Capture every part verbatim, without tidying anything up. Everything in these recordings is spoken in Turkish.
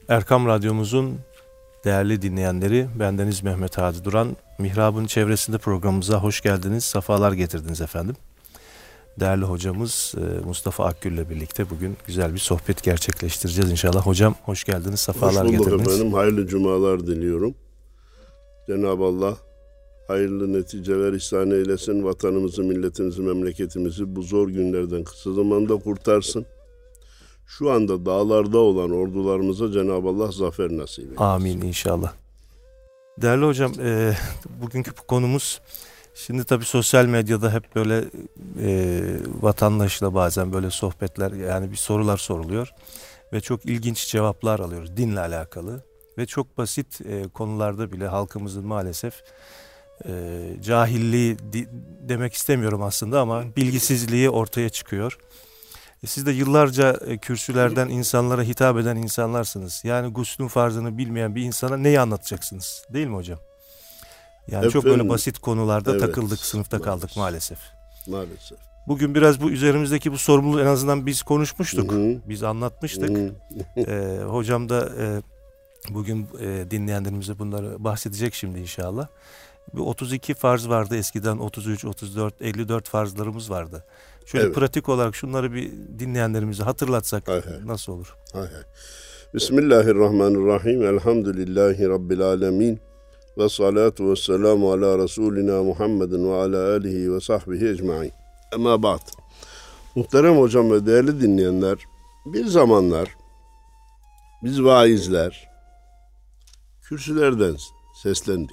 Erkam Radyomuzun değerli dinleyenleri, bendeniz Mehmet Hadi Duran, Mihrab'ın çevresinde programımıza hoş geldiniz, sefalar getirdiniz efendim. Değerli hocamız Mustafa Akgül ile birlikte bugün güzel bir sohbet gerçekleştireceğiz inşallah. Hocam hoş geldiniz, sefalar getirdiniz. Hoş bulduk efendim, hayırlı cumalar diliyorum. Cenab-ı Allah hayırlı neticeler ihsan eylesin, vatanımızı, milletimizi, memleketimizi bu zor günlerden kısa zamanda kurtarsın. Şu anda dağlarda olan ordularımıza Cenab-ı Allah zafer nasip eylesin. Amin inşallah. Değerli hocam, e, bugünkü konumuz, şimdi tabii sosyal medyada hep böyle e, vatandaşla bazen böyle sohbetler, yani bir sorular soruluyor ve çok ilginç cevaplar alıyoruz dinle alakalı ve çok basit e, konularda bile halkımızın maalesef e, cahilliği di, demek istemiyorum aslında ama bilgisizliği ortaya çıkıyor. Siz de yıllarca kürsülerden insanlara hitap eden insanlarsınız. Yani guslün farzını bilmeyen bir insana neyi anlatacaksınız? Değil mi hocam? Yani Efendim, çok böyle basit konularda evet, takıldık, sınıfta maalesef. kaldık maalesef. Maalesef. Bugün biraz bu üzerimizdeki bu sorumluluğu en azından biz konuşmuştuk. Hı-hı. Biz anlatmıştık. ee, hocam da e, bugün e, dinleyenlerimize bunları bahsedecek şimdi inşallah. Bir otuz iki farz vardı eskiden, otuz üç, otuz dört, elli dört farzlarımız vardı. Şöyle evet. pratik olarak şunları bir dinleyenlerimize hatırlatsak hay hay. nasıl olur? Hay hay. Bismillahirrahmanirrahim. Elhamdülillahi Rabbil alemin. Ve salatu ve selamu ala Resulina Muhammedin ve ala alihi ve sahbihi ecmain. Ama ba'd. Muhterem hocam ve değerli dinleyenler, bir zamanlar biz vaizler kürsülerden seslendik.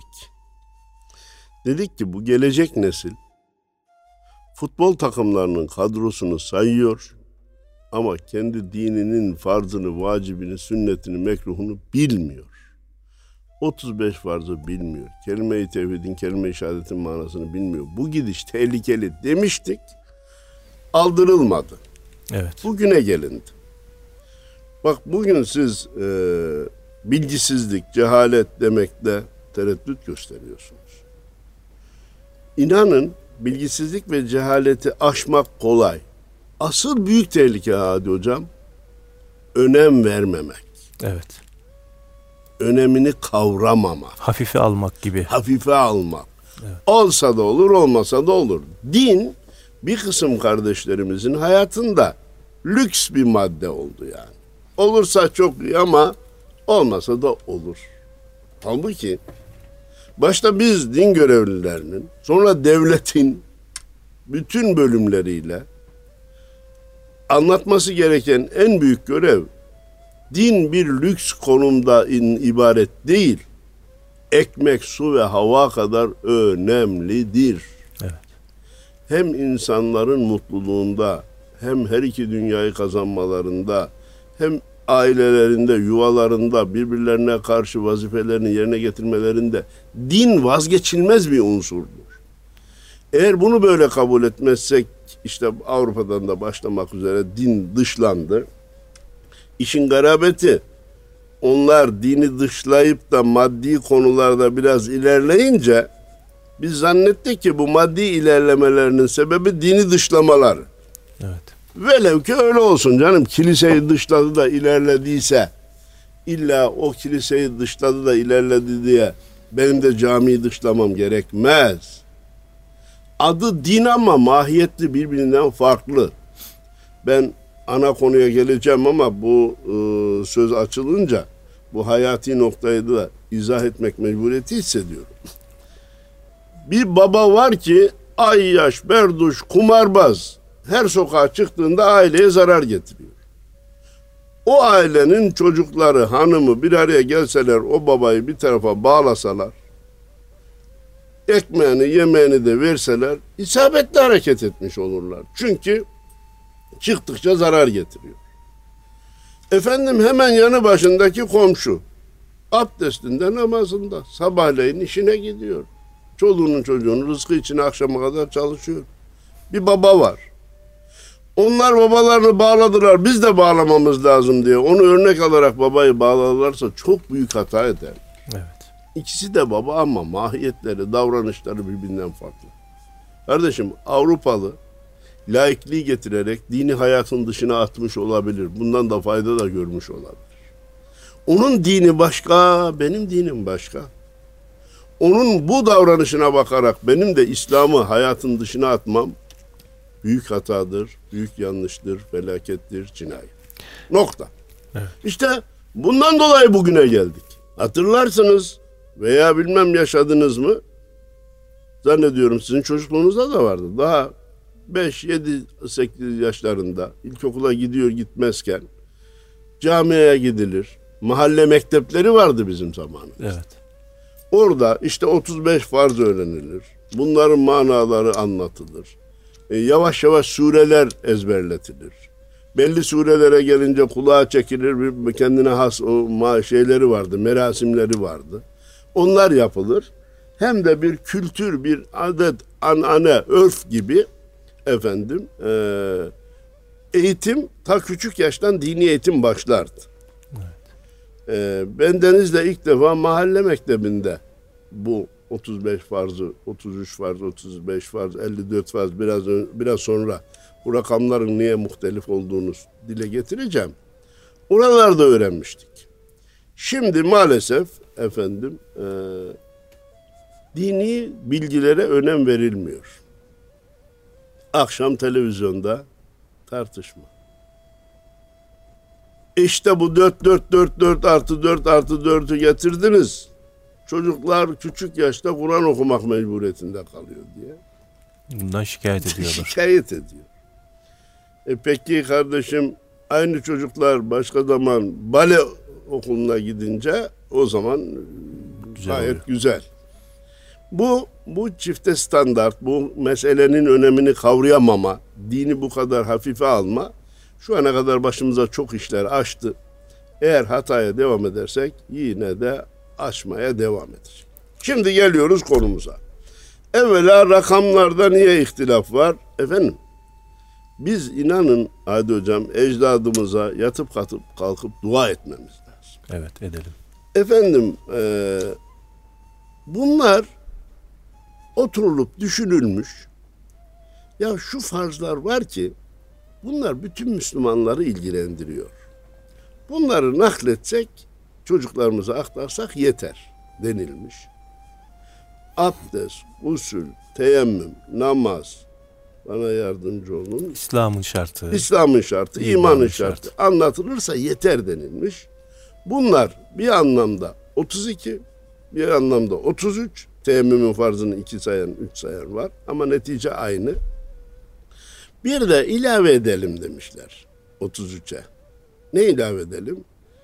Dedik ki bu gelecek nesil futbol takımlarının kadrosunu sayıyor ama kendi dininin farzını, vacibini, sünnetini, mekruhunu bilmiyor. otuz beş farzı bilmiyor. Kelime-i tevhidin, kelime-i şehadetin manasını bilmiyor. Bu gidiş tehlikeli demiştik. Aldırılmadı. Evet. Bugüne gelindi. Bak bugün siz e, bilgisizlik, cehalet demekle tereddüt gösteriyorsunuz. İnanın bilgisizlik ve cehaleti aşmak kolay. Asıl büyük tehlike Hadi hocam, önem vermemek. Evet. Önemini kavramamak. Hafife almak gibi. Hafife almak. Evet. Olsa da olur, olmasa da olur. Din bir kısım kardeşlerimizin hayatında lüks bir madde oldu yani. Olursa çok iyi ama olmasa da olur. Halbuki başta biz din görevlilerinin, sonra devletin bütün bölümleriyle anlatması gereken en büyük görev, din bir lüks konumda in, ibaret değil, ekmek, su ve hava kadar önemlidir. Evet. Hem insanların mutluluğunda, hem her iki dünyayı kazanmalarında, hem ailelerinde, yuvalarında birbirlerine karşı vazifelerini yerine getirmelerinde din vazgeçilmez bir unsurdur. Eğer bunu böyle kabul etmezsek, işte Avrupa'dan da başlamak üzere din dışlandı. İşin garabeti, onlar dini dışlayıp da maddi konularda biraz ilerleyince biz zannettik ki bu maddi ilerlemelerinin sebebi dini dışlamaları. Evet. Velev ki öyle olsun canım, kiliseyi dışladı da ilerlediyse, illa o kiliseyi dışladı da ilerledi diye benim de camiyi dışlamam gerekmez. Adı din ama mahiyetli, birbirinden farklı. Ben ana konuya geleceğim ama bu e, söz açılınca bu hayati noktayı da izah etmek mecburiyeti hissediyorum. Bir baba var ki ayyaş, berduş, kumarbaz, her sokağa çıktığında aileye zarar getiriyor. O ailenin çocukları, hanımı bir araya gelseler, o babayı bir tarafa bağlasalar, ekmeğini, yemeğini de verseler, isabetli hareket etmiş olurlar. Çünkü çıktıkça zarar getiriyor. Efendim hemen yanı başındaki komşu, abdestinde, namazında, sabahleyin işine gidiyor. Çoluğunun çocuğunun rızkı için akşama kadar çalışıyor. Bir baba var. Onlar babalarını bağladılar, biz de bağlamamız lazım diye onu örnek alarak babayı bağladılarsa çok büyük hata eder. Evet. İkisi de baba ama mahiyetleri, davranışları birbirinden farklı. Kardeşim, Avrupalı laikliği getirerek dini hayatın dışına atmış olabilir. Bundan da fayda da görmüş olabilir. Onun dini başka, benim dinim başka. Onun bu davranışına bakarak benim de İslam'ı hayatın dışına atmam büyük hatadır, büyük yanlıştır, felakettir, cinayet. Nokta. Evet. İşte bundan dolayı bugüne geldik. Hatırlarsınız veya bilmem yaşadınız mı? Zannediyorum sizin çocukluğunuzda da vardı. Daha beş, yedi, sekiz yaşlarında ilkokula gidiyor gitmezken camiye gidilir. Mahalle mektepleri vardı bizim zamanımızda. Evet. Orada işte otuz beş farz öğrenilir. Bunların manaları anlatılır. E, yavaş yavaş sureler ezberletilir. Belli surelere gelince kulağa çekilir, bir kendine has o ma- şeyleri vardı, merasimleri vardı. Onlar yapılır. Hem de bir kültür, bir adet, anane, örf gibi efendim e, eğitim ta küçük yaştan dini eğitim başlardı. Evet. E, ben Deniz'de ilk defa mahalle mektebinde bu otuz beş farzı, otuz üç farz, otuz beş farz, elli dört farz biraz biraz sonra bu rakamların niye muhtelif olduğunu dile getireceğim. Oralarda öğrenmiştik. Şimdi maalesef efendim e, dini bilgilere önem verilmiyor. Akşam televizyonda tartışma. İşte bu dört dört dört dört artı dört artı dördü getirdiniz. Çocuklar küçük yaşta Kur'an okumak mecburiyetinde kalıyor diye. Bundan şikayet ediyorlar. Şikayet ediyor. E peki kardeşim aynı çocuklar başka zaman bale okuluna gidince o zaman Güzel gayet oluyor. güzel. Bu bu çifte standart, bu meselenin önemini kavrayamama, dini bu kadar hafife alma şu ana kadar başımıza çok işler açtı. Eğer hataya devam edersek yine de açmaya devam edecek. Şimdi geliyoruz konumuza. Evvela rakamlarda niye ihtilaf var? Efendim, biz inanın Hadi Hocam ecdadımıza yatıp kalkıp, kalkıp dua etmemiz lazım. Evet, edelim. Efendim, e, bunlar oturulup düşünülmüş. Ya şu farzlar var ki bunlar bütün Müslümanları ilgilendiriyor. Bunları nakletsek, çocuklarımıza aktarsak yeter denilmiş. Abdest, usul, teyemmüm, namaz, bana yardımcı olun. İslam'ın şartı. İslam'ın şartı, İmanın imanın şartı. şartı anlatılırsa yeter denilmiş. Bunlar bir anlamda otuz iki, bir anlamda otuz üç. Teyemmümün farzını iki sayan, üç sayan var ama netice aynı. Bir de ilave edelim demişler otuz üçe. Ne ilave edelim?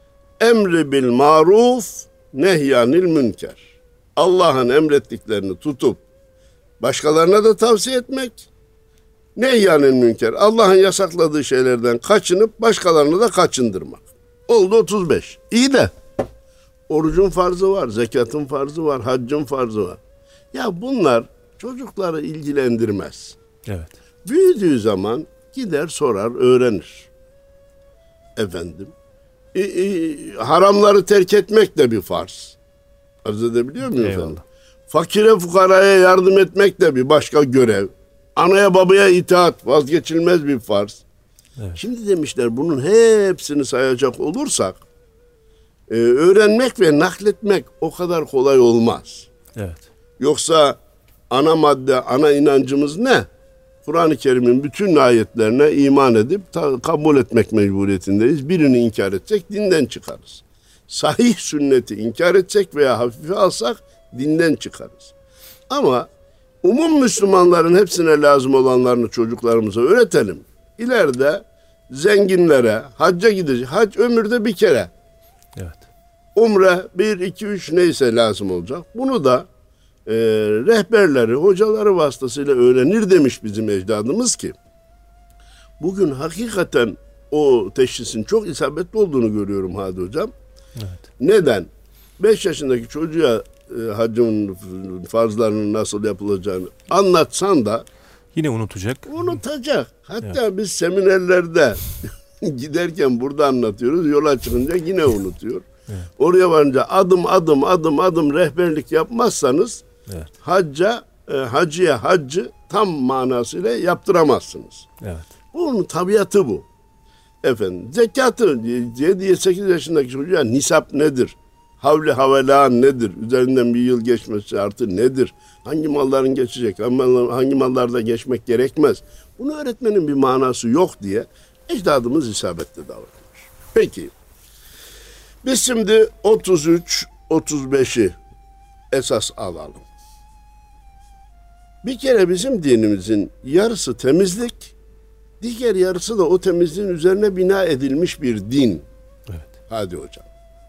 Emri bil maruf, nehyanil münker. Allah'ın emrettiklerini tutup başkalarına da tavsiye etmek. Nehyanil münker. Allah'ın yasakladığı şeylerden kaçınıp başkalarını da kaçındırmak. Oldu otuz beş. İyi de orucun farzı var, zekatın farzı var, haccın farzı var. Ya bunlar çocukları ilgilendirmez. Evet. Büyüdüğü zaman gider sorar, öğrenir. Efendim. E, e, haramları terk etmek de bir farz. Arz edebiliyor muyum Eyvallah. efendim? Fakire fukaraya yardım etmek de bir başka görev. Anaya babaya itaat vazgeçilmez bir farz. Evet. Şimdi demişler bunun hepsini sayacak olursak e, öğrenmek ve nakletmek o kadar kolay olmaz. Evet. Yoksa ana madde, ana inancımız ne? Kur'an-ı Kerim'in bütün ayetlerine iman edip ta, kabul etmek mecburiyetindeyiz. Birini inkar etsek dinden çıkarız. Sahih sünneti inkar etsek veya hafife alsak dinden çıkarız. Ama umum Müslümanların hepsine lazım olanlarını çocuklarımıza öğretelim. İleride zenginlere hacca gidecek. Hac ömürde bir kere. Evet. Umre bir, iki, üç neyse lazım olacak. Bunu da e, rehberleri, hocaları vasıtasıyla öğrenir demiş bizim ecdadımız ki. Bugün hakikaten o teşhisin çok isabetli olduğunu görüyorum Hadi Hocam. Evet. Neden? beş yaşındaki çocuğa e, haccın farzlarının nasıl yapılacağını anlatsan da Yine unutacak. unutacak. Hatta biz seminerlerde giderken burada anlatıyoruz. Yola çıkınca yine unutuyor. Evet. Oraya varınca adım adım adım adım rehberlik yapmazsanız Evet. hacca, e, hacıya haccı tam manasıyla yaptıramazsınız. Evet. Bunun tabiatı bu. Efendim zekatı yedi sekiz yaşındaki çocuğa nisap nedir? Havli havelan nedir? Üzerinden bir yıl geçmesi şartı nedir? Hangi malların geçecek? Hangi mallarda geçmek gerekmez? Bunu öğretmenin bir manası yok diye ecdadımız isabetli davranmış. Peki biz şimdi otuz üç otuz beşi esas alalım. Bir kere bizim dinimizin yarısı temizlik, diğer yarısı da o temizliğin üzerine bina edilmiş bir din. Evet. Hadi hocam.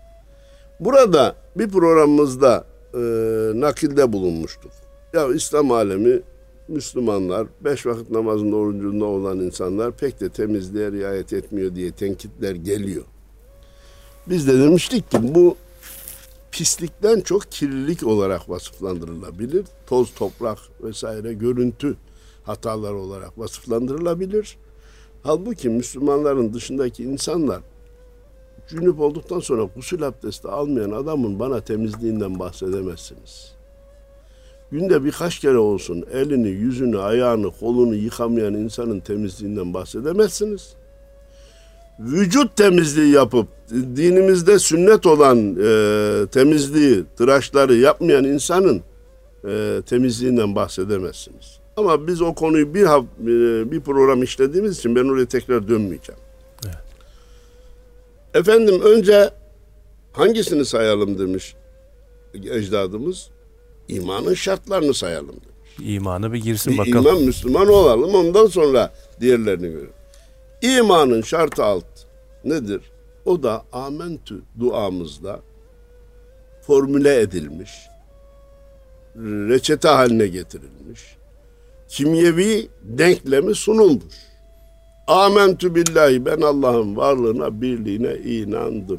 Burada bir programımızda e, nakilde bulunmuştuk. Ya İslam alemi, Müslümanlar, beş vakit namazında orucunda olan insanlar pek de temizliğe riayet etmiyor diye tenkitler geliyor. Biz de demiştik ki bu pislikten çok kirlilik olarak vasıflandırılabilir. Toz, toprak vesaire görüntü hataları olarak vasıflandırılabilir. Halbuki Müslümanların dışındaki insanlar cünüp olduktan sonra gusül abdesti almayan adamın bana temizliğinden bahsedemezsiniz. Günde birkaç kere olsun elini, yüzünü, ayağını, kolunu yıkamayan insanın temizliğinden bahsedemezsiniz. Vücut temizliği yapıp dinimizde sünnet olan e, temizliği, tıraşları yapmayan insanın e, temizliğinden bahsedemezsiniz. Ama biz o konuyu bir, bir program işlediğimiz için ben oraya tekrar dönmeyeceğim. Evet. Efendim önce hangisini sayalım demiş ecdadımız? İmanın şartlarını sayalım demiş. İmanı bir girsin bir bakalım. İman Müslüman olalım, ondan sonra diğerlerini görelim. İmanın şartı alt nedir? O da amentü duamızda formüle edilmiş, reçete haline getirilmiş, kimyevi denklemi sunulmuş. Amentü billahi, ben Allah'ın varlığına, birliğine inandım.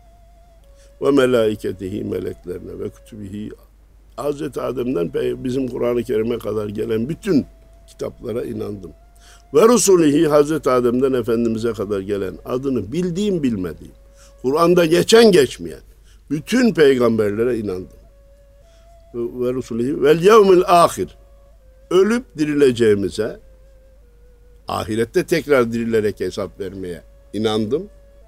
Ve melaiketihi, meleklerine ve kütübihi, Hazreti Adem'den bizim Kur'an-ı Kerim'e kadar gelen bütün kitaplara inandım. Ve Resulihi, Hazreti Adem'den Efendimiz'e kadar gelen, adını bildiğim bilmediğim, Kur'an'da geçen geçmeyen bütün peygamberlere inandım. Ve Resulihi vel yevmil ahir, ölüp dirileceğimize, ahirette tekrar dirilerek hesap vermeye inandım.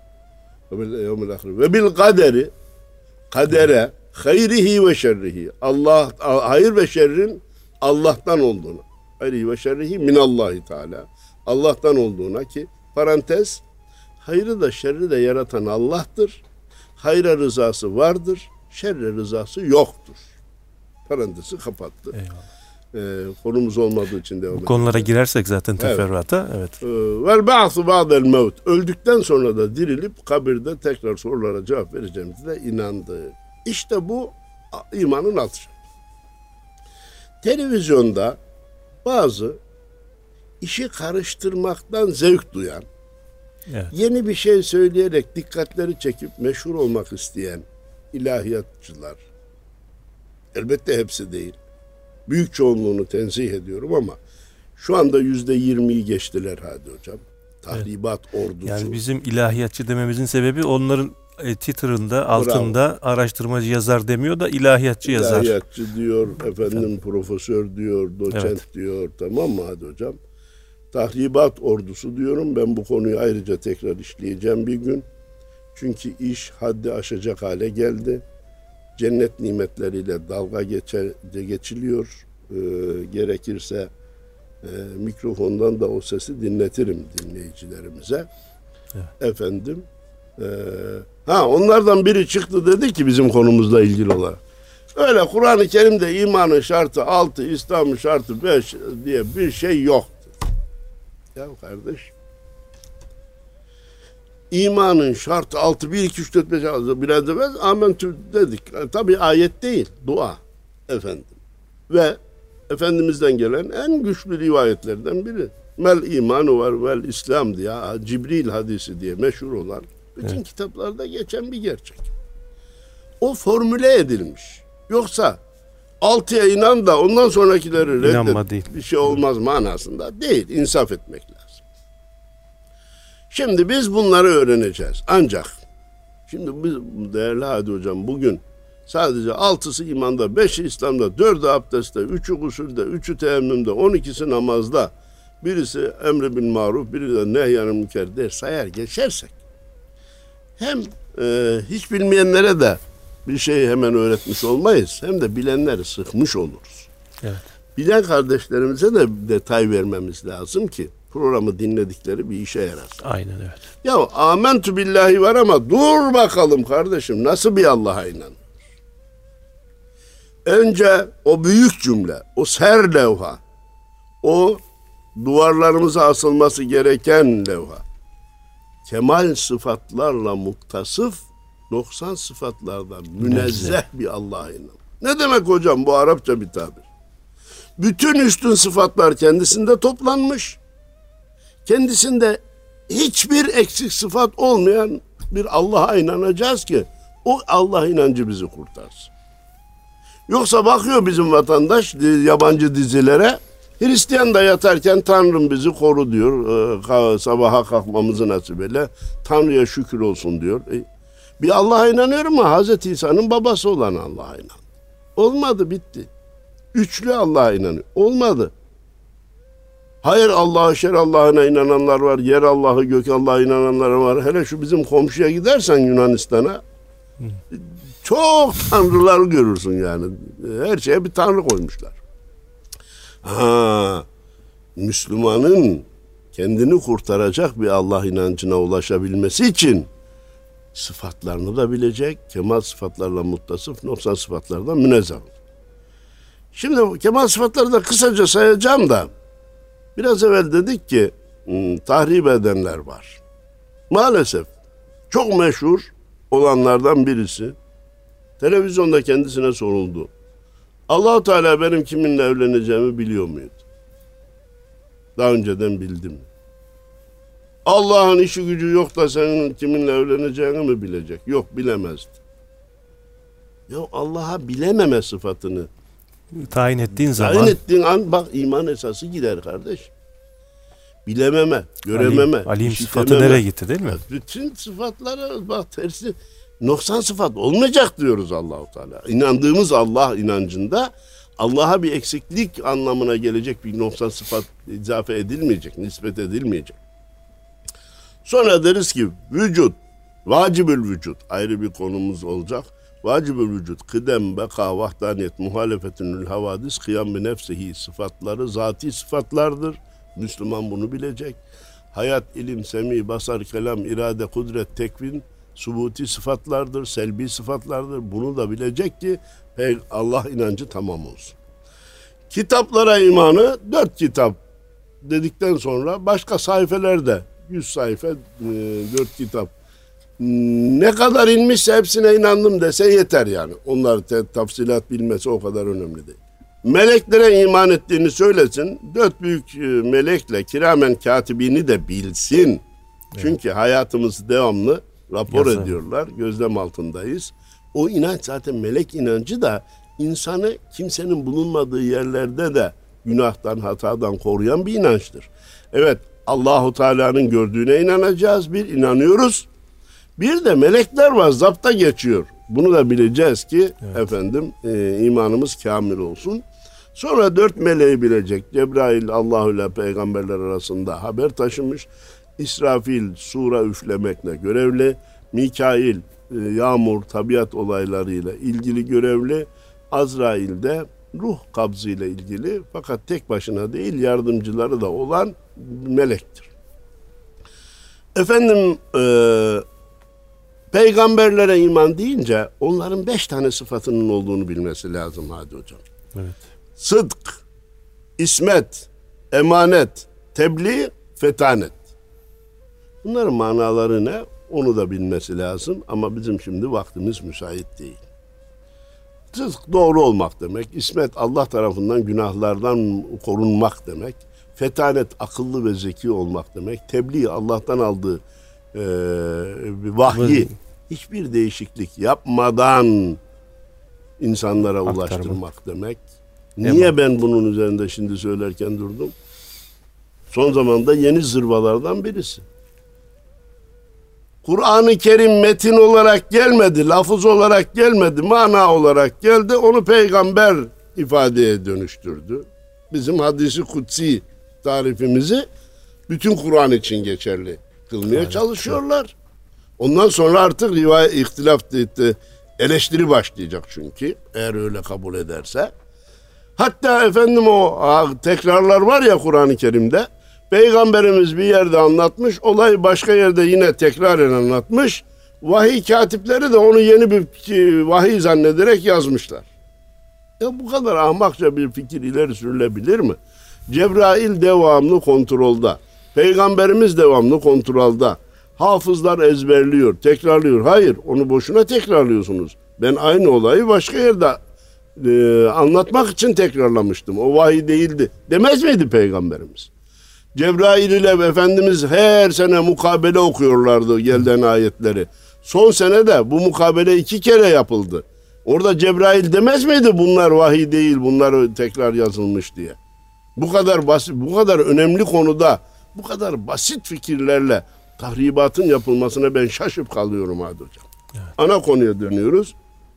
Ve bil kaderi, kadere, hayrihi ve şerrihi, Allah, hayır ve şerrin Allah'tan olduğunu, hayrihi ve şerrihi minallahi teala, Allah'tan olduğuna, ki parantez, hayrı da şerri de yaratan Allah'tır. Hayra rızası vardır, şerre rızası yoktur. Parantezi kapattı. Eyvallah. Ee, konumuz olmadığı için devam Bu konulara edelim. girersek zaten teferruata. Evet. Ee, Vel ba'su ba'del mevt. Öldükten sonra da dirilip kabirde tekrar sorulara cevap vereceğimize de inandı. İşte bu imanın altı şartı. Televizyonda bazı işi karıştırmaktan zevk duyan, Evet. yeni bir şey söyleyerek dikkatleri çekip meşhur olmak isteyen ilahiyatçılar, elbette hepsi değil, büyük çoğunluğunu tenzih ediyorum ama şu anda yüzde yirmiyi geçtiler hadi hocam. Tahribat evet. ordusu. Yani bizim ilahiyatçı dememizin sebebi onların e, titre'ında, altında Bravo. araştırmacı yazar demiyor da ilahiyatçı yazar. İlahiyatçı diyor, efendim, efendim profesör diyor, doçent evet. diyor, tamam mı hadi hocam? Tahribat ordusu diyorum, ben bu konuyu ayrıca tekrar işleyeceğim bir gün. Çünkü iş haddi aşacak hale geldi. Cennet nimetleriyle dalga geçer, geçiliyor. Ee, gerekirse e, mikrofondan da o sesi dinletirim dinleyicilerimize. Evet. Efendim. E, ha onlardan biri çıktı dedi ki bizim konumuzla ilgili olarak. Öyle Kur'an-ı Kerim'de imanın şartı altı, İslam'ın şartı beş diye bir şey yoktur. Ya kardeş. İmanın şartı altı, bir, iki, üç, dört, beş, biraz demez, amentü dedik. Tabi ayet değil, dua. Efendim. Ve Efendimiz'den gelen en güçlü rivayetlerden biri. Mel imanu var vel İslam diye, Cibril hadisi diye meşhur olan, bütün evet. kitaplarda geçen bir gerçek. O formüle edilmiş. Yoksa altıya inan da ondan sonrakileri reddet, bir şey olmaz manasında değil, insaf etmek lazım. Şimdi biz bunları öğreneceğiz. Ancak şimdi biz değerli Hadi hocam bugün sadece altısı imanda, beşi İslam'da, dördü abdestte, üçü gusülde, üçü teyemmümde, on ikisi namazda birisi emri bil maruf, biri de nehyanı münker der sayar geçersek hem e, hiç bilmeyenlere de bir şeyi hemen öğretmiş olmayız, hem de bilenleri sıkmış oluruz. Evet. Bilen kardeşlerimize de detay vermemiz lazım ki programı dinledikleri bir işe yarasın. Aynen evet. Ya amentü billahi var ama dur bakalım kardeşim, nasıl bir Allah'a inan? Önce o büyük cümle, o ser levha, o duvarlarımıza asılması gereken levha, kemal sıfatlarla muttasıf, noksan sıfatlardan münezzeh bir Allah'a inan. Ne demek hocam, bu Arapça bir tabir. Bütün üstün sıfatlar kendisinde toplanmış, kendisinde hiçbir eksik sıfat olmayan bir Allah'a inanacağız ki o Allah inancı bizi kurtarsın. Yoksa bakıyor bizim vatandaş yabancı dizilere, Hristiyan da yatarken Tanrım bizi koru diyor, sabaha kalkmamızı nasip eyle, Tanrı'ya şükür olsun diyor. E, bir Allah'a inanıyorum ama Hazreti İsa'nın babası olan Allah'a inan. Olmadı, bitti. Üçlü Allah'a inanıyor. Olmadı. Hayır, Allah'a, şer Allah'ına inananlar var, yer Allah'ı, gök Allah'a inananlar var. Hele şu bizim komşuya gidersen Yunanistan'a, çok tanrılar görürsün yani. Her şeye bir tanrı koymuşlar. Ha, Müslümanın kendini kurtaracak bir Allah inancına ulaşabilmesi için sıfatlarını da bilecek, kemal sıfatlarla muttasıf, noksan sıfatlardan münezzeh. Şimdi bu kemal sıfatları da kısaca sayacağım da, biraz evvel dedik ki tahrip edenler var. Maalesef çok meşhur olanlardan birisi, televizyonda kendisine soruldu. Allah-u Teala benim kiminle evleneceğimi biliyor muydu? Daha önceden bildim. Allah'ın işi gücü yok da senin kiminle evleneceğini mi bilecek? Yok, bilemezdi. Ya Allah'a bilememe sıfatını tayin ettiğin zaman. Tayin ettiğin an bak iman esası gider kardeş. Bilememe, görememe. Alim, alim sıfatı nereye gitti değil mi? Bütün sıfatlara bak tersi. Noksan sıfat olmayacak diyoruz Allah-u Teala. İnandığımız Allah inancında Allah'a bir eksiklik anlamına gelecek bir noksan sıfat izafe edilmeyecek, nispet edilmeyecek. Sonra deriz ki vücut, vacibül vücut ayrı bir konumuz olacak. Vacibül vücut, kıdem, beka, vahdaniyet, muhalefetinül havadis, kıyam bi nefsihi sıfatları zati sıfatlardır. Müslüman bunu bilecek. Hayat, ilim, semi, basar, kelam, irade, kudret, tekvin, subuti sıfatlardır, selbi sıfatlardır. Bunu da bilecek ki Allah inancı tamam olsun. Kitaplara imanı dört kitap dedikten sonra başka sayfelerde yüz sayfa dört kitap ne kadar inmişse hepsine inandım dese yeter yani. Onlar te- tafsilat bilmesi o kadar önemli değil. Meleklere iman ettiğini söylesin. Dört büyük melekle kiramen katibini de bilsin. Evet. Çünkü hayatımız devamlı rapor Yazın. ediyorlar. Gözlem altındayız. O inanç zaten melek inancı da insanı kimsenin bulunmadığı yerlerde de günahtan, hatadan koruyan bir inançtır. Evet, Allahu Teala'nın gördüğüne inanacağız. Bir inanıyoruz. Bir de melekler var, zapta geçiyor. Bunu da bileceğiz ki evet. efendim e, imanımız kamil olsun. Sonra dört meleği bilecek. Cebrail Allahu ile peygamberler arasında haber taşımış. İsrafil sura üflemekle görevli. Mikail e, yağmur, tabiat olaylarıyla ilgili görevli. Azrail de ruh kabzıyla ilgili fakat tek başına değil yardımcıları da olan melektir. Efendim e, peygamberlere iman deyince onların beş tane sıfatının olduğunu bilmesi lazım hadi hocam. Evet. Sıdk, ismet, emanet, tebliğ, fetanet. Bunların manaları ne? Onu da bilmesi lazım ama bizim şimdi vaktimiz müsait değil. Sıdk doğru olmak demek, ismet Allah tarafından günahlardan korunmak demek, fetanet akıllı ve zeki olmak demek, tebliğ Allah'tan aldığı e, vahyi hiçbir değişiklik yapmadan insanlara Aktarma. ulaştırmak demek. Niye Eyvallah. ben bunun üzerinde şimdi söylerken durdum? Son zamanda yeni zırvalardan birisi. Kur'an-ı Kerim metin olarak gelmedi, lafız olarak gelmedi, mana olarak geldi. Onu peygamber ifadeye dönüştürdü. Bizim hadisi kutsi tarifimizi bütün Kur'an için geçerli kılmaya Evet, çalışıyorlar. Ondan sonra artık rivayet ihtilaf etti. Eleştiri başlayacak çünkü eğer öyle kabul ederse. Hatta efendim o tekrarlar var ya Kur'an-ı Kerim'de. Peygamberimiz bir yerde anlatmış, olayı başka yerde yine tekraren anlatmış. Vahiy katipleri de onu yeni bir vahiy zannederek yazmışlar. Ya bu kadar ahmakça bir fikir ileri sürülebilir mi? Cebrail devamlı kontrolde. Peygamberimiz devamlı kontrolde. Hafızlar ezberliyor, tekrarlıyor. Hayır, onu boşuna tekrarlıyorsunuz. Ben aynı olayı başka yerde e, anlatmak için tekrarlamıştım. O vahiy değildi. Demez miydi Peygamberimiz? Cebrail ile Efendimiz her sene mukabele okuyorlardı gelen ayetleri. Son sene de bu mukabele iki kere yapıldı. Orada Cebrail demez miydi bunlar vahiy değil, bunlar tekrar yazılmış diye. Bu kadar basit, bu kadar önemli konuda bu kadar basit fikirlerle tahribatın yapılmasına ben şaşıp kalıyorum Hadi Hocam. Evet. Ana konuya dönüyoruz.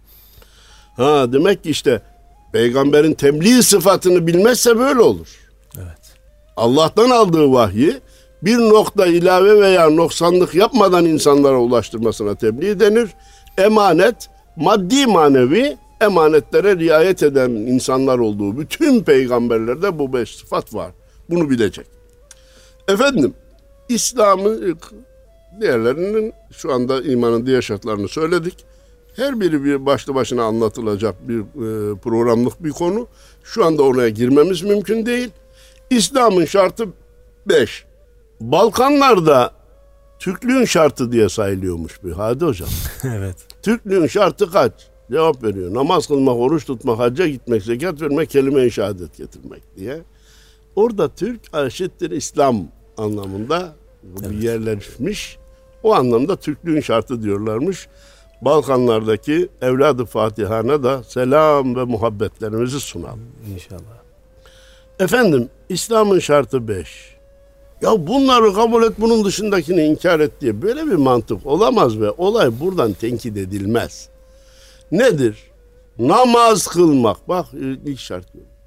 Ha demek ki işte peygamberin tebliğ sıfatını bilmezse böyle olur. Evet. Allah'tan aldığı vahyi bir nokta ilave veya noksanlık yapmadan insanlara ulaştırmasına tebliğ denir. Emanet, maddi manevi emanetlere riayet eden insanlar olduğu bütün peygamberlerde bu beş sıfat var. Bunu bilecek. Efendim, İslam'ı diğerlerinin şu anda imanın diğer şartlarını söyledik. Her biri bir başlı başına anlatılacak bir e, programlık bir konu. Şu anda oraya girmemiz mümkün değil. İslam'ın şartı beş. Balkanlarda Türklüğün şartı diye sayılıyormuş bir Hadi Hocam. Evet. Türklüğün şartı kaç? Cevap veriyor. Namaz kılmak, oruç tutmak, hacca gitmek, zekat vermek, kelime-i şehadet getirmek diye. Orada Türk eşittir İslam anlamında evet. bir yerleşmiş. O anlamda Türklüğün şartı diyorlarmış. Balkanlardaki evladı Fatiha'na da selam ve muhabbetlerimizi sunalım. İnşallah. Efendim, İslam'ın şartı beş. Ya bunları kabul et, bunun dışındakini inkar et diye böyle bir mantık olamaz ve olay buradan tenkit edilmez. Nedir? Namaz kılmak. Bak ilk şart.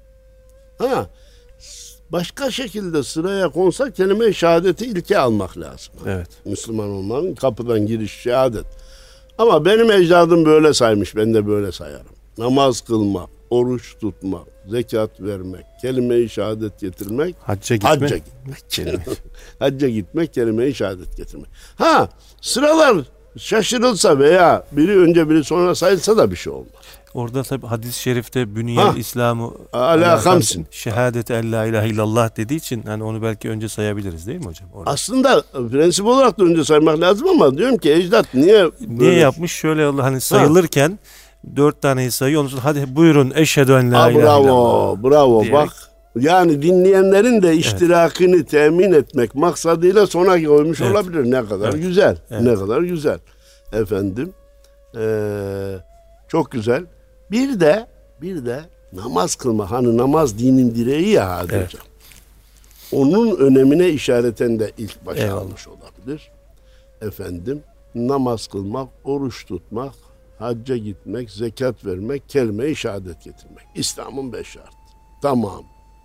Ha, başka şekilde sıraya konsa kelime-i şehadeti ilke almak lazım. Evet. Müslüman olmanın kapıdan giriş şehadet. Ama benim ecdadım böyle saymış, ben de böyle sayarım. Namaz kılmak, oruç tutmak, zekat vermek, kelime-i şehadet getirmek, hacca gitmek, hacca gitmek, hacca gitmek, kelime-i şehadet getirmek. Ha, sıralar şaşırılsa veya biri önce biri sonra sayılsa da bir şey olmaz. Orada tabi hadis-i şerifte Büniyel İslam'ı ala hamsin. Şehadet en la ilahe illallah dediği için hani onu belki önce sayabiliriz değil mi hocam? Orada. Aslında prensip olarak da önce saymak lazım ama diyorum ki ecdat niye niye böyle... yapmış? Şöyle hani sayılırken ha. dört taneyi sayıyor. Onun için hadi buyurun eşhedü en la ha, ilahe bravo, illallah. Bravo diyerek. Bak. Yani dinleyenlerin de iştirakını evet. temin etmek maksadıyla sona koymuş evet. olabilir. Ne kadar evet. güzel. Evet. Ne kadar güzel. Efendim. Ee, çok güzel. Bir de bir de namaz kılma. Hani namaz dinin direği ya hadi evet. hocam. Onun önemine işareten de ilk başa Eyvallah. almış olabilir. Efendim namaz kılmak, oruç tutmak, hacca gitmek, zekat vermek, kelime-i şehadet getirmek. İslam'ın beş şartı. Tamam.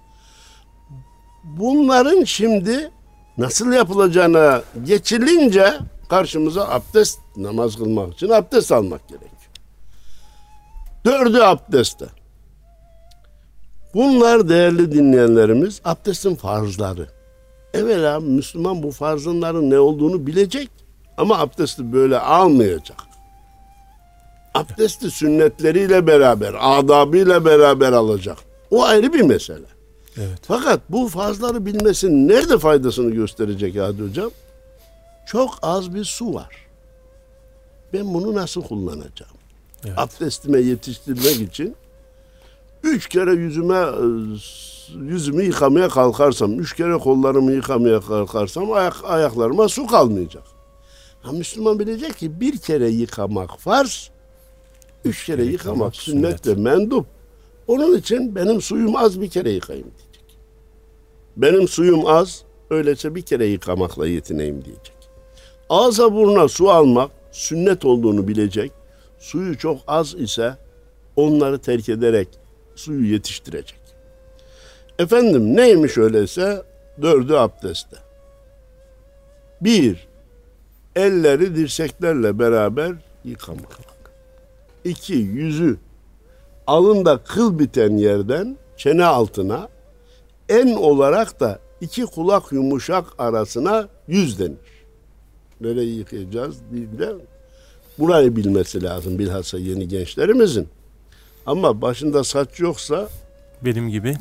Bunların şimdi nasıl yapılacağına geçilince karşımıza abdest, namaz kılmak için abdest almak gerekiyor. Dördü abdestte. Bunlar değerli dinleyenlerimiz abdestin farzları. Evvela Müslüman bu farzların ne olduğunu bilecek ama abdesti böyle almayacak. Abdesti sünnetleriyle beraber, adabıyla beraber alacak. O ayrı bir mesele. Evet. Fakat bu farzları bilmesinin nerede faydasını gösterecek Hadi Hocam? Çok az bir su var. Ben bunu nasıl kullanacağım? Evet. Abdestime yetiştirmek için üç kere yüzüme yüzümü yıkamaya kalkarsam, üç kere kollarımı yıkamaya kalkarsam ayak, ayaklarıma su kalmayacak. Ha, Müslüman bilecek ki bir kere yıkamak farz, üç, üç kere, kere yıkamak, yıkamak sünnet ve mendup. Onun için benim suyum az, bir kere yıkayayım diyecek. Benim suyum az, öyleyse bir kere yıkamakla yetineyim diyecek. Ağza buruna su almak sünnet olduğunu bilecek. Suyu çok az ise onları terk ederek suyu yetiştirecek. Efendim neymiş öyleyse? Dördü abdestte. Bir, elleri dirseklerle beraber yıkamak. İki, yüzü alında kıl biten yerden çene altına, en olarak da iki kulak yumuşak arasına yüz denir. Nereyi yıkayacağız deyince burayı bilmesi lazım bilhassa yeni gençlerimizin. Ama başında saç yoksa benim gibi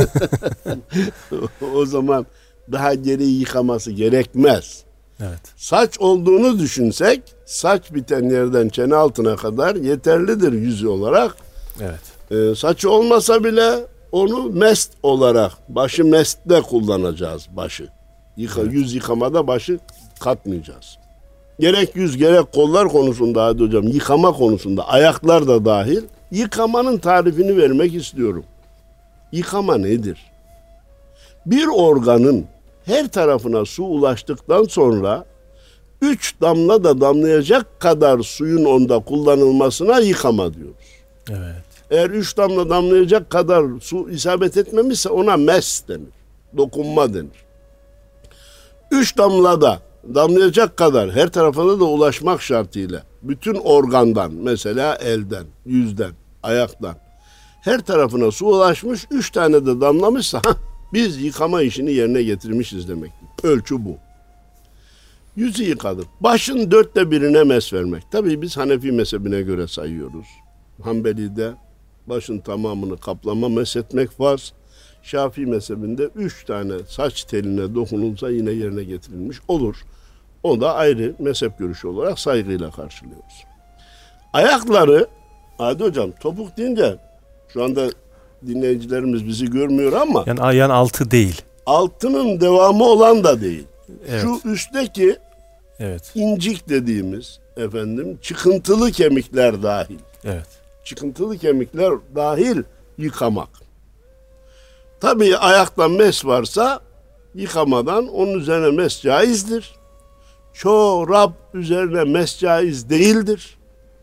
o zaman daha geri yıkaması gerekmez. evet. Saç olduğunu düşünsek saç biten yerden çene altına kadar yeterlidir yüzü olarak. Evet. Ee, saçı olmasa bile onu mest olarak başı mestte kullanacağız başı. Yıka, evet. Yüz yıkamada başı katmayacağız. Gerek yüz gerek kollar konusunda hadi hocam yıkama konusunda ayaklar da dahil yıkamanın tarifini vermek istiyorum. Yıkama nedir? Bir organın her tarafına su ulaştıktan sonra üç damla da damlayacak kadar suyun onda kullanılmasına yıkama diyoruz. Evet. Eğer üç damla damlayacak kadar su isabet etmemişse ona mes denir. Dokunma denir. Üç damla da damlayacak kadar her tarafına da ulaşmak şartıyla bütün organdan mesela elden, yüzden, ayaktan her tarafına su ulaşmış üç tane de damlamışsa biz yıkama işini yerine getirmişiz demektir. Ölçü bu. Yüzü yıkadık. Başın dörtte birine mes vermek. Tabii biz Hanefi mezhebine göre sayıyoruz. Hanbeli'de başın tamamını kaplama meshetmek farz. Şafii mezhebinde üç tane saç teline dokunulsa yine yerine getirilmiş olur. O da ayrı mezhep görüşü olarak saygıyla karşılıyoruz. Ayakları, hadi hocam topuk deyince şu anda dinleyicilerimiz bizi görmüyor ama yani ayağın altı değil. Altının devamı olan da değil. Evet. Şu üstteki evet. incik dediğimiz efendim çıkıntılı kemikler dahil. Evet. Çıkıntılı kemikler dahil yıkamak. Tabii ayakta mes varsa yıkamadan onun üzerine mes caizdir. Çorap üzerine mes caiz değildir.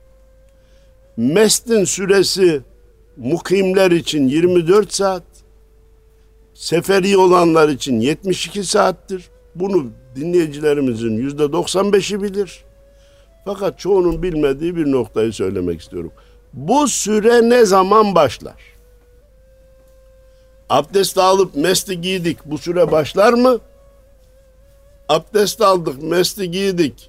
Mestin süresi mukimler için yirmi dört saat, seferi olanlar için yetmiş iki saattir. Bunu dinleyicilerimizin yüzde doksan beşi bilir. Fakat çoğunun bilmediği bir noktayı söylemek istiyorum. Bu süre ne zaman başlar? Abdest alıp mesli giydik, bu süre başlar mı? Abdest aldık, mesli giydik.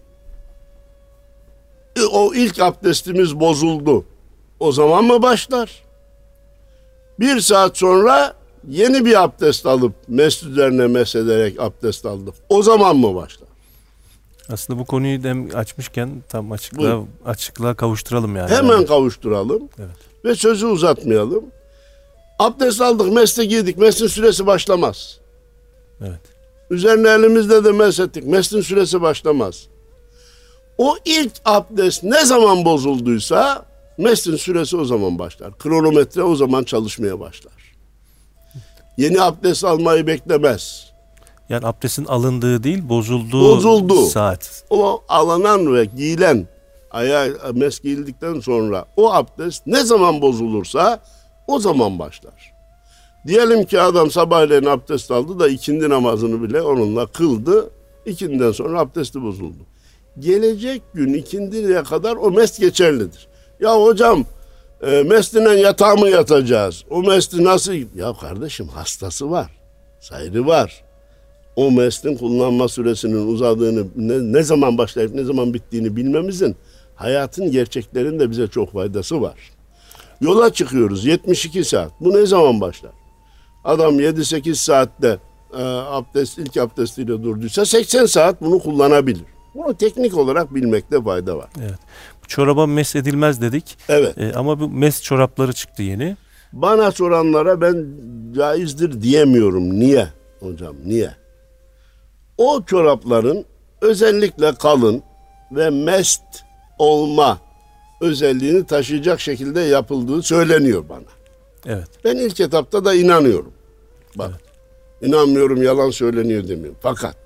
O ilk abdestimiz bozuldu. O zaman mı başlar? Bir saat sonra yeni bir abdest alıp mesli üzerine mesederek abdest aldık. O zaman mı başlar? Aslında bu konuyu dem açmışken tam açıklığa, açıklığa kavuşturalım yani. Hemen yani. kavuşturalım. Evet. Ve sözü uzatmayalım. Abdest aldık, mesle giydik. Meslin süresi başlamaz. Evet. Üzerine elimizde de meslettik. Meslin süresi başlamaz. O ilk abdest ne zaman bozulduysa meslin süresi o zaman başlar. Kronometre o zaman çalışmaya başlar. Yeni abdest almayı beklemez. Yani abdestin alındığı değil, bozulduğu Bozuldu. saat. O alınan ve giyilen, ayağa mes giyildikten sonra o abdest ne zaman bozulursa o zaman başlar. Diyelim ki adam sabahleyin abdest aldı da ikindi namazını bile onunla kıldı. İkindiden sonra abdesti bozuldu. Gelecek gün ikindiye kadar o mes geçerlidir. Ya hocam e, mesliyle yatağa mı yatacağız? O mesli nasıl? Ya kardeşim hastası var. Sayrı var. O meslin kullanma süresinin uzadığını ne, ne zaman başlayıp ne zaman bittiğini bilmemizin hayatın gerçeklerinde bize çok faydası var. Yola çıkıyoruz yetmiş iki saat. Bu ne zaman başlar? Adam yedi sekiz saatte e, abdest ilk abdestiyle durduysa seksen saat bunu kullanabilir. Bunu teknik olarak bilmekte fayda var. Evet. Çoraba mes edilmez dedik. Evet. E, ama bu mes çorapları çıktı yeni. Bana soranlara ben caizdir diyemiyorum. Niye hocam? Niye? O çorapların özellikle kalın ve mest olma özelliğini taşıyacak şekilde yapıldığı söyleniyor bana. Evet. Ben ilk etapta da inanıyorum. Bak, evet. İnanmıyorum, yalan söyleniyor demiyorum. Fakat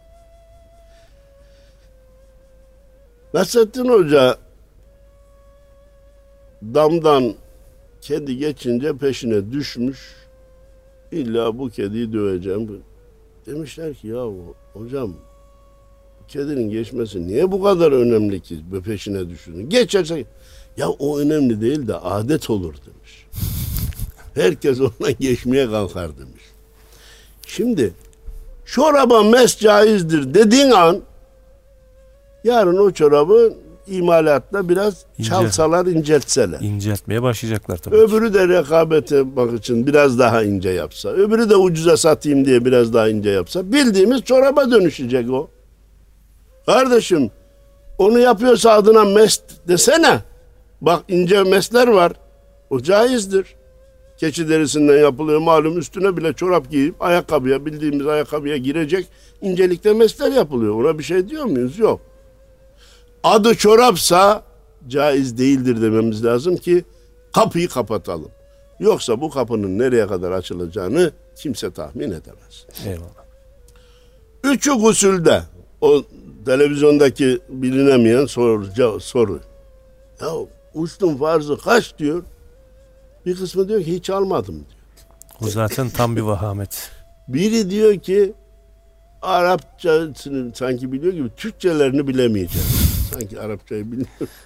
Nasrettin Hoca damdan kedi geçince peşine düşmüş. İlla bu kediyi döveceğim. Demişler ki ya hocam kedinin geçmesi niye bu kadar önemli ki peşine düştün? Geçerse ya o önemli değil de adet olur demiş. Herkes ona geçmeye kalkar demiş. Şimdi çoraba mes caizdir dediğin an yarın o çorabı imalatta biraz İnce. çalsalar, inceltseler. İnceltmeye başlayacaklar tabii. Öbürü de rekabete bak için biraz daha ince yapsa, öbürü de ucuza satayım diye biraz daha ince yapsa, bildiğimiz çoraba dönüşecek o. Kardeşim, onu yapıyorsa adına mest desene. Bak ince mesler var. O caizdir. Keçi derisinden yapılıyor malum, üstüne bile çorap giyip ayakkabıya, bildiğimiz ayakkabıya girecek incelikte mesler yapılıyor. Ona bir şey diyor muyuz? Yok. Adı çorapsa caiz değildir dememiz lazım ki kapıyı kapatalım. Yoksa bu kapının nereye kadar açılacağını kimse tahmin edemez. Eyvallah. Üçü gusülde. O televizyondaki bilinemeyen soru. soru. Ya uçtum farzı kaç diyor. Bir kısmı diyor ki hiç almadım diyor. O zaten tam bir vahamet. Biri diyor ki Arapçasını sanki biliyor gibi Türkçelerini bilemeyecek. Sanki Arapçayı bilmiyor.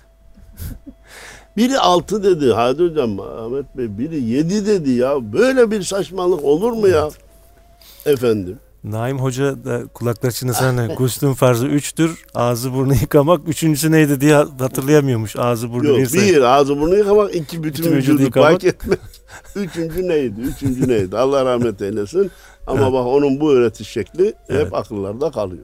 Biri altı dedi. Hadi hocam Ahmet Bey, biri yedi dedi ya. Böyle bir saçmalık olur mu ya? Efendim. Naim Hoca da kulaklar çınlasana guslün farzı üçtür. Ağzı burnu yıkamak. Üçüncüsü neydi diye hatırlayamıyormuş. Ağzı burnu Yok, bir, bir ağzı burnu yıkamak, iki bütün, bütün vücudu, vücudu fark etmek. Üçüncü neydi? Üçüncü neydi? Allah rahmet eylesin. Ama evet. Bak onun bu öğretiş şekli evet. Hep akıllarda kalıyor.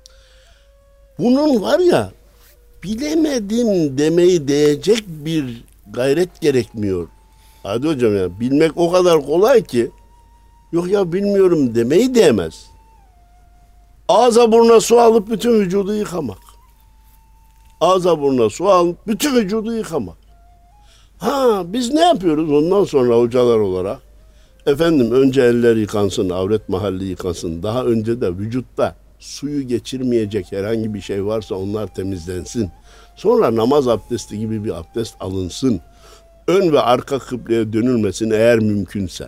Bunun var ya, bilemedim demeyi değecek bir gayret gerekmiyor. Hadi hocam ya, bilmek o kadar kolay ki yok ya bilmiyorum demeyi değmez. Ağza burnuna su alıp bütün vücudu yıkamak. Ağza burnuna su alıp bütün vücudu yıkamak. Ha biz ne yapıyoruz ondan sonra hocalar olarak? Efendim önce eller yıkansın, avret mahalli yıkansın. Daha önce de vücutta suyu geçirmeyecek herhangi bir şey varsa onlar temizlensin. Sonra namaz abdesti gibi bir abdest alınsın. Ön ve arka kıbleye dönülmesin eğer mümkünse.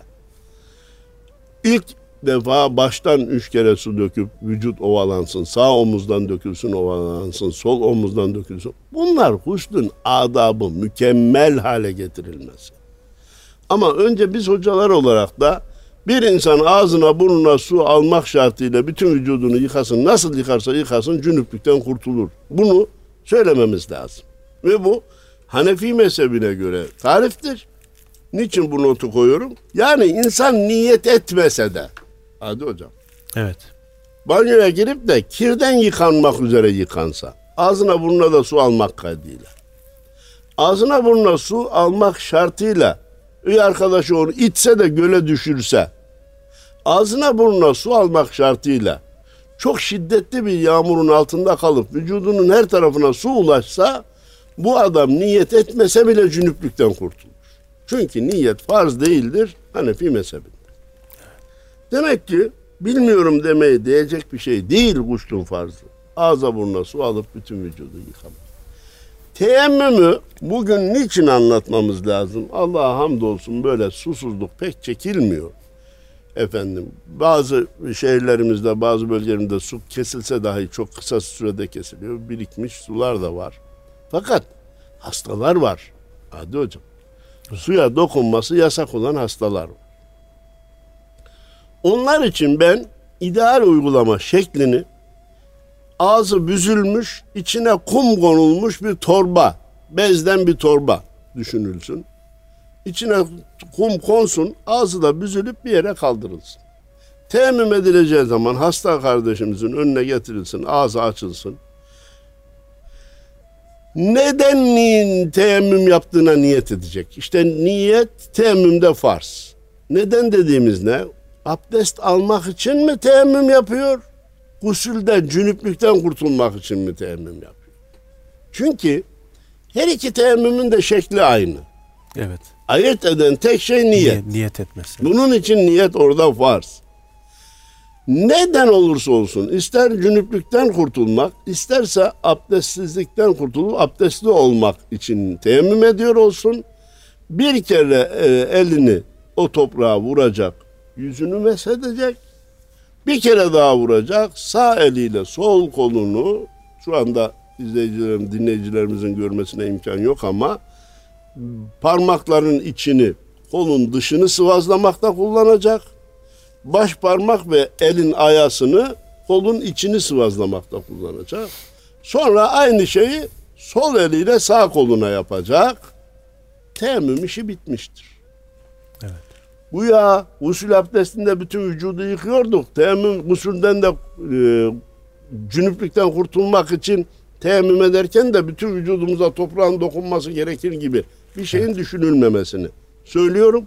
İlk defa baştan üç kere su döküp vücut ovalansın. Sağ omuzdan dökülsün, ovalansın. Sol omuzdan dökülsün. Bunlar huslün adabı mükemmel hale getirilmesi. Ama önce biz hocalar olarak da bir insan ağzına burnuna su almak şartıyla bütün vücudunu yıkasın. Nasıl yıkarsa yıkasın cünüplükten kurtulur. Bunu söylememiz lazım. Ve bu Hanefi mezhebine göre tariftir. Niçin bu notu koyuyorum? Yani insan niyet etmese de. Hadi hocam. Evet. Banyoya girip de kirden yıkanmak üzere yıkansa. Ağzına burnuna da su almak kaydıyla. Ağzına burnuna su almak şartıyla üy arkadaşı onu itse de göle düşürse. Ağzına burnuna su almak şartıyla çok şiddetli bir yağmurun altında kalıp vücudunun her tarafına su ulaşsa bu adam niyet etmese bile cünüplükten kurtulur. Çünkü niyet farz değildir Hanefi mezhebinde. Demek ki bilmiyorum demeye değecek bir şey değil guslün farzı. Ağza burnuna su alıp bütün vücudu yıkamak. Teyemmümü bugün niçin anlatmamız lazım? Allah'a hamdolsun böyle susuzluk pek çekilmiyor. Efendim bazı şehirlerimizde, bazı bölgelerimizde su kesilse dahi çok kısa sürede kesiliyor. Birikmiş sular da var. Fakat hastalar var. Hadi hocam. Suya dokunması yasak olan hastalar var. Onlar için ben ideal uygulama şeklini ağzı büzülmüş, içine kum konulmuş bir torba, bezden bir torba düşünülsün. İçine kum konsun, ağzı da büzülüp bir yere kaldırılsın. Teyemmüm edileceği zaman hasta kardeşimizin önüne getirilsin, ağzı açılsın. Neden teyemmüm yaptığına niyet edecek. İşte niyet teyemmümde farz. Neden dediğimiz ne? Abdest almak için mi teyemmüm yapıyor? Gusülden, cünüplükten kurtulmak için mi teyemmüm yapıyor? Çünkü her iki teyemmümün de şekli aynı. Evet. Ayırt eden tek şey niyet. Niyet, niyet etmesi. Bunun için niyet orada farz. Neden olursa olsun ister cünüplükten kurtulmak, isterse abdestsizlikten kurtulup abdestli olmak için teyemmüm ediyor olsun. Bir kere e, elini o toprağa vuracak, yüzünü mesedecek. Bir kere daha vuracak. Sağ eliyle sol kolunu, şu anda izleyicilerim, dinleyicilerimizin görmesine imkan yok ama parmakların içini, kolun dışını sıvazlamakta kullanacak. Baş parmak ve elin ayasını, kolun içini sıvazlamakta kullanacak. Sonra aynı şeyi sol eliyle sağ koluna yapacak. Teyemmüm işi bitmiştir. Evet. Bu ya gusül abdestinde bütün vücudu yıkıyorduk. Teyemmüm gusülden de e, cünüplükten kurtulmak için teyemmüm ederken de bütün vücudumuza toprağın dokunması gerekir gibi bir şeyin evet. düşünülmemesini söylüyorum.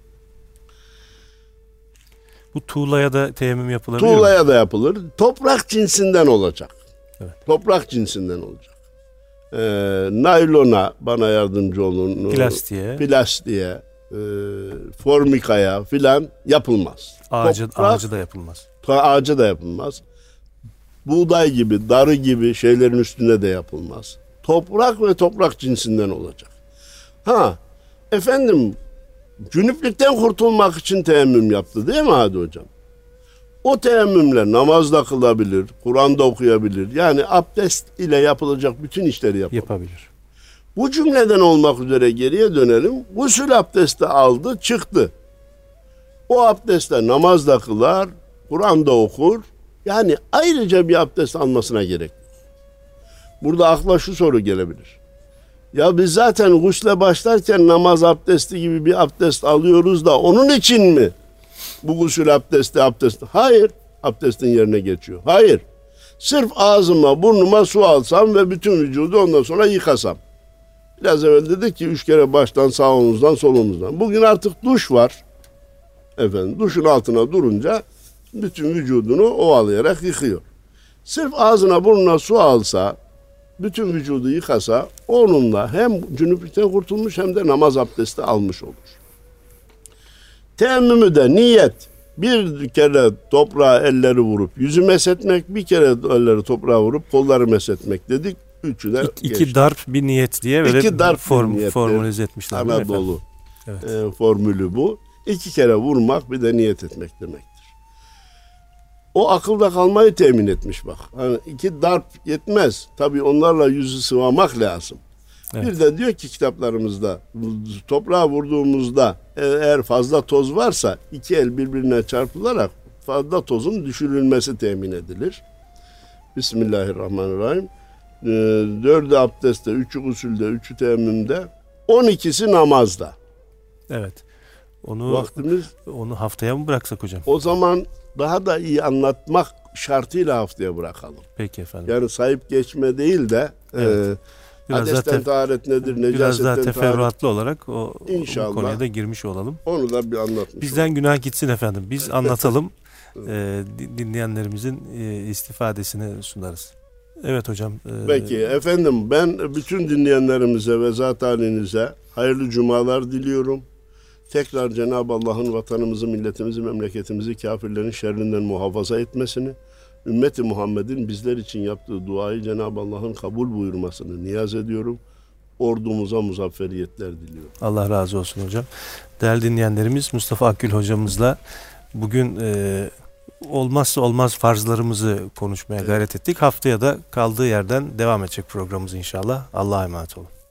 Bu tuğlaya da teyemmüm yapılabilir mi? Tuğlaya da yapılır. Toprak cinsinden olacak. Evet. Toprak cinsinden olacak. Ee, naylona bana yardımcı olun. Plastiğe. Plastiğe, e, formikaya filan yapılmaz. Ağacı, Toprak, ağacı da yapılmaz. Ağacı da yapılmaz. Buğday gibi, darı gibi şeylerin üstüne de yapılmaz. Toprak ve toprak cinsinden olacak. Ha, efendim cünüplükten kurtulmak için teyemmüm yaptı değil mi Hadi Hocam? O teyemmümle namaz da kılabilir, Kur'an da okuyabilir. Yani abdest ile yapılacak bütün işleri yapabilir. Yapabilir. Bu cümleden olmak üzere geriye dönelim. Gusül abdesti aldı, çıktı. O abdestle namaz da kılar, Kur'an da okur. Yani ayrıca bir abdest almasına gerek yok. Burada akla şu soru gelebilir. Ya biz zaten gusle başlarken namaz abdesti gibi bir abdest alıyoruz da onun için mi bu gusül abdesti abdesti? Hayır, abdestin yerine geçiyor. Hayır, sırf ağzıma burnuma su alsam ve bütün vücudu ondan sonra yıkasam. Biraz evvel dedik ki üç kere baştan sağ omuzdan sol omuzdan. Bugün artık duş var. Efendim duşun altına durunca bütün vücudunu ovalayarak yıkıyor. Sırf ağzına burnuna su alsa, bütün vücudu yıkasa onunla hem cünüplükten kurtulmuş hem de namaz abdesti almış olur. Teyemmümü de niyet bir kere toprağa elleri vurup yüzü meshetmek, bir kere elleri toprağa vurup kolları meshetmek dedik. Üçü de İki, iki darp bir niyet diye böyle İki darp form, bir formülize etmişler. Anadolu evet. e, formülü bu. İki kere vurmak bir de niyet etmek demektir. O akılda kalmayı temin etmiş bak. Hani iki darp yetmez. Tabii onlarla yüzü sıvamak lazım. Evet. Bir de diyor ki kitaplarımızda toprağa vurduğumuzda eğer fazla toz varsa iki el birbirine çarpılarak fazla tozun düşürülmesi temin edilir. Bismillahirrahmanirrahim. Ee, dördü abdestte, üçü gusülde, üçü teyemmümde, on ikisi namazda. Evet. Onu Vaktimiz, onu haftaya mı bıraksak hocam? O zaman daha da iyi anlatmak şartıyla haftaya bırakalım. Peki efendim. Yani sayıp geçme değil de evet. e, hadesten taharet nedir, necasetten biraz daha taharet. Teferruatlı olarak o, İnşallah. o konuya da girmiş olalım. Onu da bir anlatmış Bizden olalım. günah gitsin efendim. Biz anlatalım. e, dinleyenlerimizin e, istifadesini sunarız. Evet hocam. E, Peki efendim ben bütün dinleyenlerimize ve zat halinize hayırlı cumalar diliyorum. Tekrar Cenab-ı Allah'ın vatanımızı, milletimizi, memleketimizi kafirlerin şerrinden muhafaza etmesini, ümmeti Muhammed'in bizler için yaptığı duayı Cenab-ı Allah'ın kabul buyurmasını niyaz ediyorum. Ordumuza muzafferiyetler diliyorum. Allah razı olsun hocam. Değerli dinleyenlerimiz, Mustafa Akgül hocamızla bugün e, olmazsa olmaz farzlarımızı konuşmaya evet. gayret ettik. Haftaya da kaldığı yerden devam edecek programımız inşallah. Allah'a emanet olun.